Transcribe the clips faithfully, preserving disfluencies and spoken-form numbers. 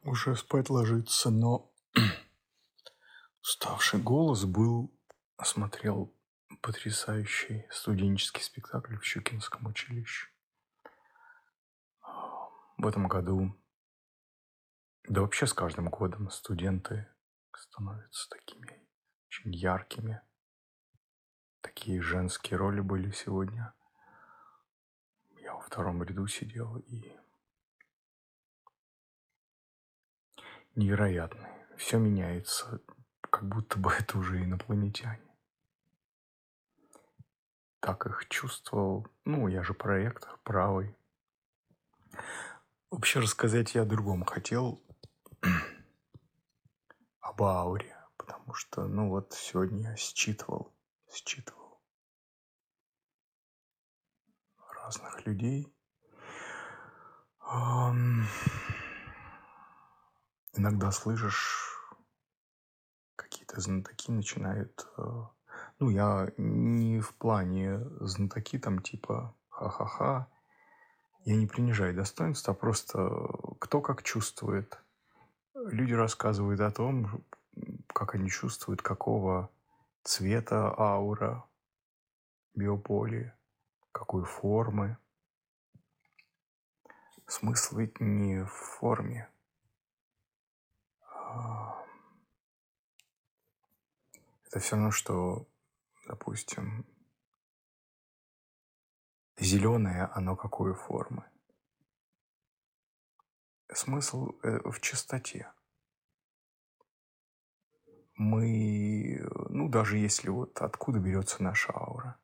Уже спать ложиться, но уставший голос был, смотрел потрясающий студенческий спектакль в Щукинском училище. В этом году, да вообще с каждым годом студенты становятся такими очень яркими. Такие женские роли были сегодня. Я во втором ряду сидел и невероятно. Все меняется, как будто бы это уже инопланетяне. Так их чувствовал. Ну, я же проектор, правый. Вообще рассказать я о другом хотел, об ауре, потому что, ну вот, сегодня я считывал, считывал разных людей. Ам, Иногда слышишь, какие-то знатоки начинают... э, Ну, я не в плане знатоки там типа ха-ха-ха. Я не принижаю достоинства, а просто кто как чувствует. Люди рассказывают о том, как они чувствуют, какого цвета аура, биополе, какой формы. Смысл ведь не в форме. А Это все равно, что, допустим, зеленое, оно какой формы. Смысл э, в чистоте. Мы, ну, даже если вот откуда берется наша аура.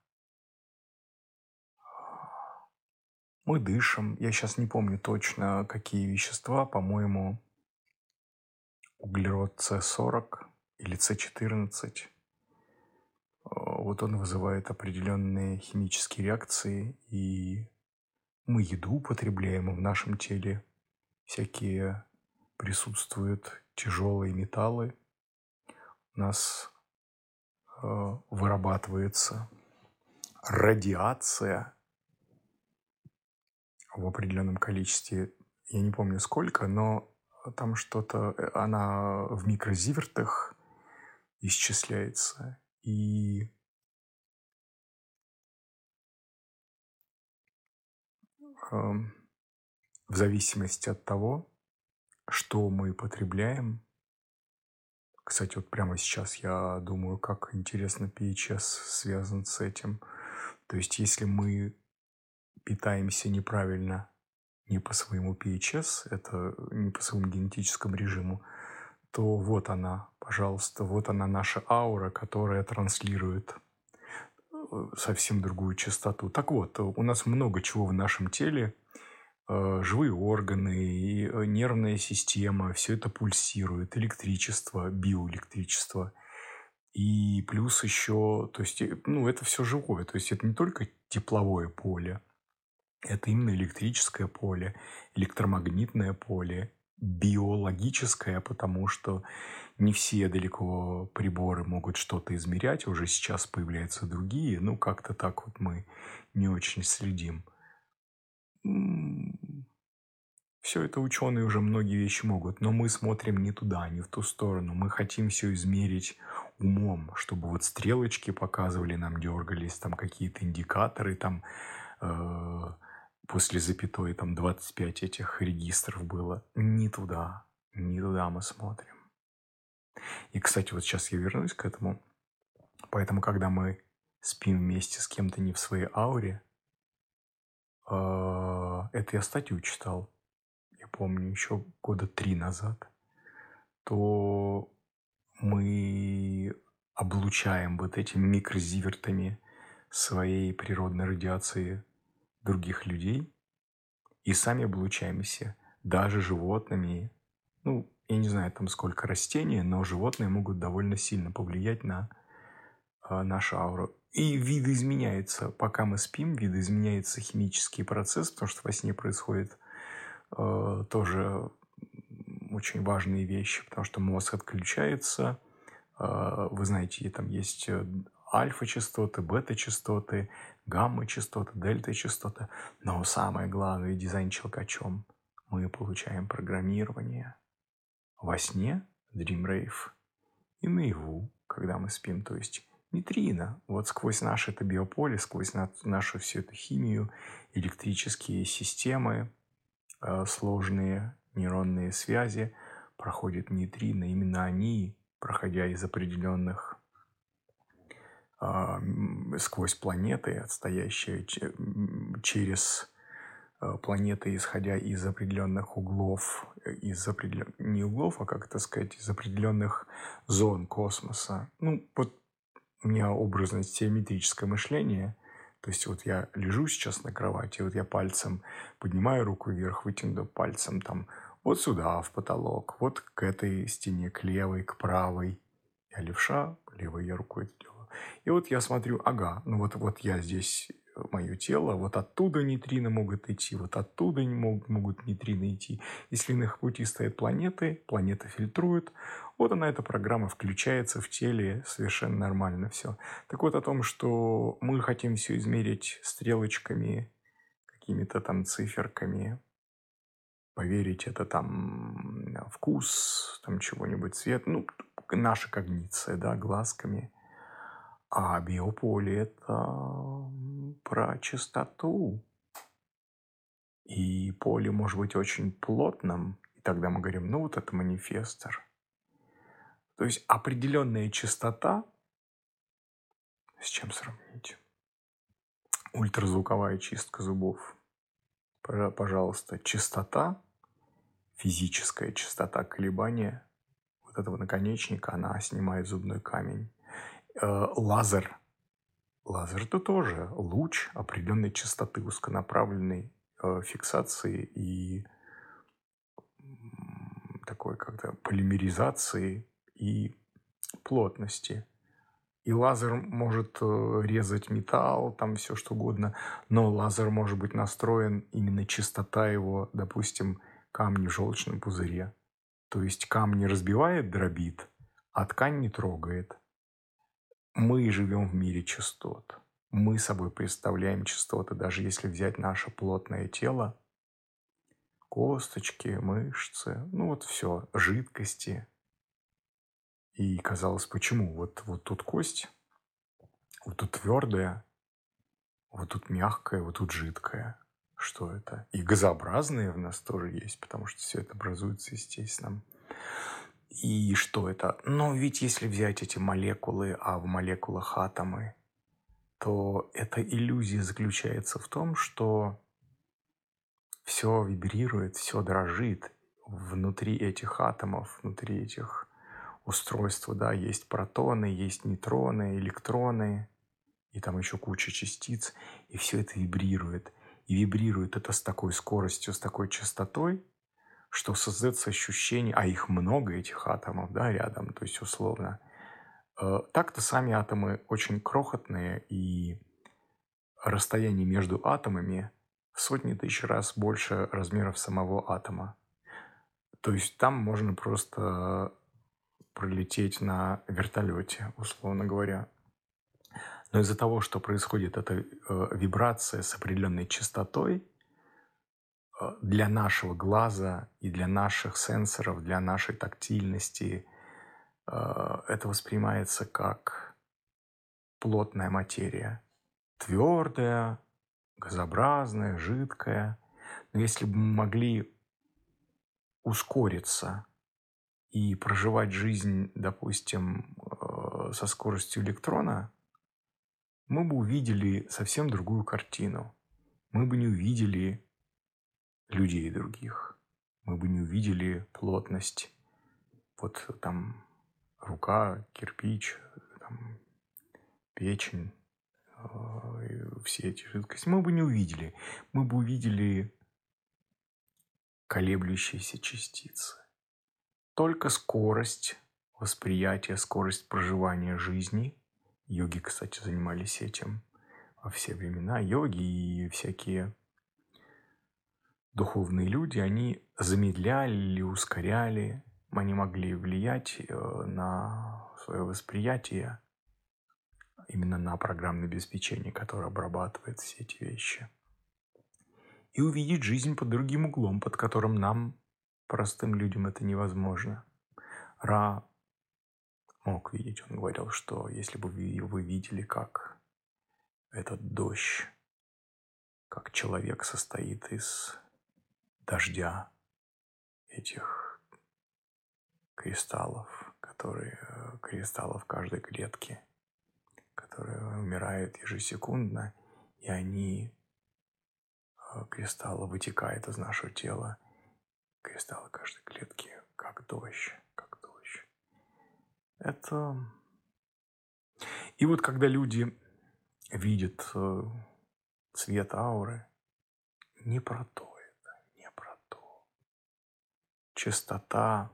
Мы дышим. Я сейчас не помню точно, какие вещества. По-моему, углерод С сорок или С четырнадцать. Вот он вызывает определенные химические реакции, и мы еду употребляем, и в нашем теле всякие присутствуют тяжелые металлы. У нас э, вырабатывается радиация в определенном количестве. Я не помню сколько, но там что-то, она в микрозивертах исчисляется. И э, в зависимости от того, что мы потребляем. Кстати, вот прямо сейчас я думаю, как интересно пи эйч эс связан с этим. То есть, если мы питаемся неправильно, не по своему пи эйч эс, это не по своему генетическому режиму, то вот она, пожалуйста, вот она наша аура, которая транслирует совсем другую частоту. Так вот, у нас много чего в нашем теле, живые органы, и нервная система, все это пульсирует, электричество, биоэлектричество. И плюс еще, то есть, ну, это все живое. То есть, это не только тепловое поле, это именно электрическое поле, электромагнитное поле, биологическое, потому что не все все приборы могут что-то измерять, уже сейчас появляются другие, ну, как-то так вот мы не очень следим. Все это ученые уже многие вещи могут, но мы смотрим не туда, не в ту сторону. Мы хотим все измерить умом, чтобы вот стрелочки показывали нам, дергались, там какие-то индикаторы, там э, после запятой там двадцать пять этих регистров было. Не туда, не туда мы смотрим. И, кстати, вот сейчас я вернусь к этому. Поэтому, когда мы спим вместе с кем-то не в своей ауре, э, это я статью читал, я помню, еще года три назад, то мы облучаем вот этими микрозивертами своей природной радиации других людей и сами облучаемся, даже животными. Ну, я не знаю, там сколько растений, но животные могут довольно сильно повлиять на э, нашу ауру. И видоизменяется, пока мы спим, видоизменяется химический процесс, потому что во сне происходит э, тоже очень важные вещи, потому что мозг отключается. Э, вы знаете, там есть альфа-частоты, бета-частоты, гамма-частоты, дельта-частоты. Но самое главное, дизайн-челкачом мы получаем программирование. во сне, Dream Rave, и наяву, когда мы спим. То есть нейтрино. Вот сквозь наше это биополе, сквозь на- нашу всю эту химию, электрические системы, э, сложные нейронные связи проходят нейтрино. Именно они, проходя из определенных а, м, сквозь планеты, отстоящие че- м, через э, планеты, исходя из определенных углов, э, из определен... не углов, а как это сказать, из определенных зон космоса. Ну, вот у меня образно-теометрическое мышление. То есть вот я лежу сейчас на кровати, вот я пальцем поднимаю руку вверх, вытяну пальцем там вот сюда, в потолок, вот к этой стене, к левой, к правой. Я левша, левой я рукой это делаю. И вот я смотрю, ага, ну вот, вот я здесь, мое тело, вот оттуда нейтрино могут идти, вот оттуда не мог, могут нейтрино идти. Если на их пути стоят планеты, планеты фильтруют, вот она, эта программа включается в теле, совершенно нормально все. Так вот о том, что мы хотим все измерить стрелочками, какими-то там циферками, поверить это там вкус, там чего-нибудь, цвет, ну, наша когниция, да, глазками. А биополе – это про чистоту. И поле может быть очень плотным, и тогда мы говорим, ну вот это манифестор. То есть определенная частота, с чем сравнить? Ультразвуковая чистка зубов. Пожа- Пожалуйста, частота, физическая частота колебания вот этого наконечника, она снимает зубной камень. Э, Лазер. Лазер – это тоже луч определенной частоты, узконаправленной э, фиксации и м, такой как-то полимеризации и плотности. И лазер может э, резать металл, там все что угодно, но лазер может быть настроен, именно частота его, допустим, камни в желчном пузыре. То есть камни разбивает, дробит, а ткань не трогает. Мы живем в мире частот. Мы собой представляем частоты, даже если взять наше плотное тело, косточки, мышцы, ну вот все, жидкости. И казалось, почему? Вот, вот тут кость, вот тут твердая, вот тут мягкое, вот тут жидкое. Что это? И газообразные в нас тоже есть, потому что все это образуется естественным. И что это? Но ведь если взять эти молекулы, а в молекулах атомы, то эта иллюзия заключается в том, что все вибрирует, все дрожит внутри этих атомов, внутри этих устройств. Да, есть протоны, есть нейтроны, электроны, и там еще куча частиц, и все это вибрирует. И вибрирует это с такой скоростью, с такой частотой, что создается ощущение, а их много, этих атомов, да, рядом, то есть условно. Э, Так-то сами атомы очень крохотные, и расстояние между атомами в сотни тысяч раз больше размеров самого атома. То есть там можно просто пролететь на вертолете, условно говоря. Но из-за того, что происходит эта э, вибрация с определенной частотой, э, для нашего глаза и для наших сенсоров, для нашей тактильности, э, это воспринимается как плотная материя. Твердая, газообразная, жидкая. Но если бы мы могли ускориться и проживать жизнь, допустим, э, со скоростью электрона, мы бы увидели совсем другую картину. Мы бы не увидели людей других. Мы бы не увидели плотность. Вот там рука, кирпич, там, печень, э, и все эти жидкости. Мы бы не увидели. Мы бы увидели колеблющиеся частицы. Только скорость восприятия, скорость проживания жизни. Йоги, кстати, занимались этим во все времена. Йоги и всякие духовные люди, они замедляли или ускоряли, они могли влиять э, на свое восприятие, именно на программное обеспечение, которое обрабатывает все эти вещи. И увидеть жизнь под другим углом, под которым нам Простым людям это невозможно. Ра мог видеть, он говорил, что если бы вы, вы видели, как этот дождь, как человек состоит из дождя этих кристаллов, которые, э, кристаллов каждой клетки, которые умирают ежесекундно, и они, э, кристаллы, вытекают из нашего тела, кристаллы каждой клетки, как дождь, как дождь. Это... И вот когда люди видят э, цвет ауры, не про то это, не про то. Частота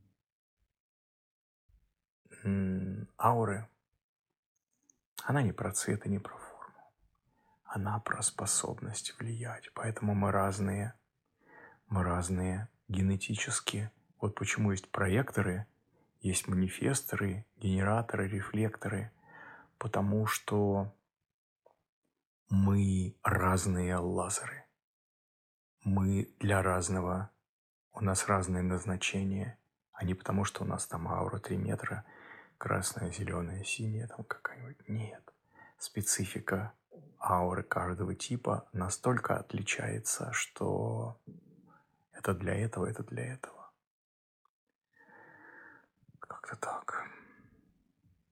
м, ауры, она не про цвет и не про форму. Она про способность влиять. Поэтому мы разные. Мы разные генетически. Вот почему есть проекторы, есть манифесторы, генераторы, рефлекторы. Потому что мы разные лазеры. Мы для разного, у нас разные назначения, а не потому, что у нас там аура три метра, красная, зеленая, синяя там какая-нибудь. Нет. Специфика ауры каждого типа настолько отличается, что это для этого, это для этого. Как-то так.